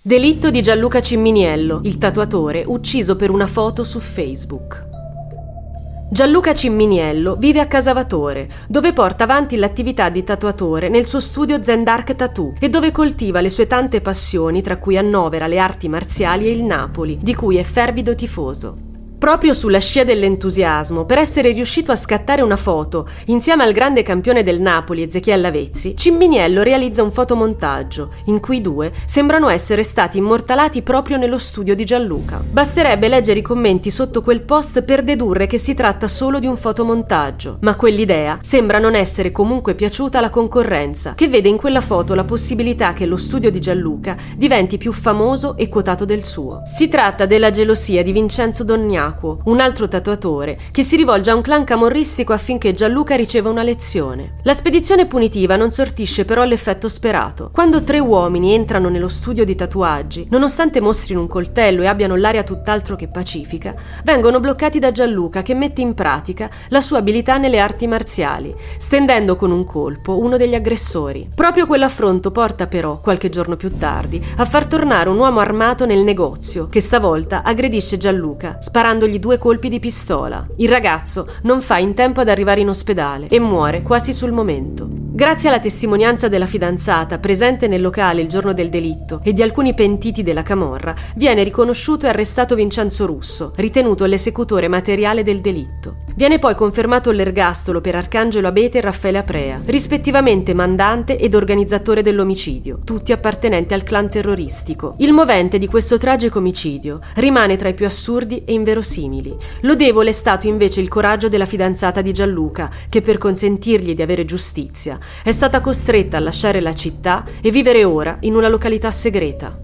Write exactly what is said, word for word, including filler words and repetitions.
Delitto di Gianluca Cimminiello, il tatuatore ucciso per una foto su Facebook. Gianluca Cimminiello vive a Casavatore, dove porta avanti l'attività di tatuatore nel suo studio Zen Dark Tattoo e dove coltiva le sue tante passioni, tra cui annovera le arti marziali e il Napoli, di cui è fervido tifoso. Proprio sulla scia dell'entusiasmo, per essere riuscito a scattare una foto insieme al grande campione del Napoli Ezechiel Lavezzi, Cimminiello realizza un fotomontaggio in cui i due sembrano essere stati immortalati proprio nello studio di Gianluca. Basterebbe leggere i commenti sotto quel post per dedurre che si tratta solo di un fotomontaggio, ma quell'idea sembra non essere comunque piaciuta alla concorrenza, che vede in quella foto la possibilità che lo studio di Gianluca diventi più famoso e quotato del suo. Si tratta della gelosia di Vincenzo Dognaco, un altro tatuatore che si rivolge a un clan camorristico affinché Gianluca riceva una lezione. La spedizione punitiva non sortisce però l'effetto sperato. Quando tre uomini entrano nello studio di tatuaggi, nonostante mostrino un coltello e abbiano l'aria tutt'altro che pacifica, vengono bloccati da Gianluca, che mette in pratica la sua abilità nelle arti marziali, stendendo con un colpo uno degli aggressori. Proprio quell'affronto porta però, qualche giorno più tardi, a far tornare un uomo armato nel negozio, che stavolta aggredisce Gianluca, sparando gli due colpi di pistola. Il ragazzo non fa in tempo ad arrivare in ospedale e muore quasi sul momento. Grazie alla testimonianza della fidanzata presente nel locale il giorno del delitto e di alcuni pentiti della camorra, viene riconosciuto e arrestato Vincenzo Russo, ritenuto l'esecutore materiale del delitto. Viene poi confermato l'ergastolo per Arcangelo Abete e Raffaele Aprea, rispettivamente mandante ed organizzatore dell'omicidio, tutti appartenenti al clan terroristico. Il movente di questo tragico omicidio rimane tra i più assurdi e inverosimili. Lodevole è stato invece il coraggio della fidanzata di Gianluca, che per consentirgli di avere giustizia è stata costretta a lasciare la città e vivere ora in una località segreta.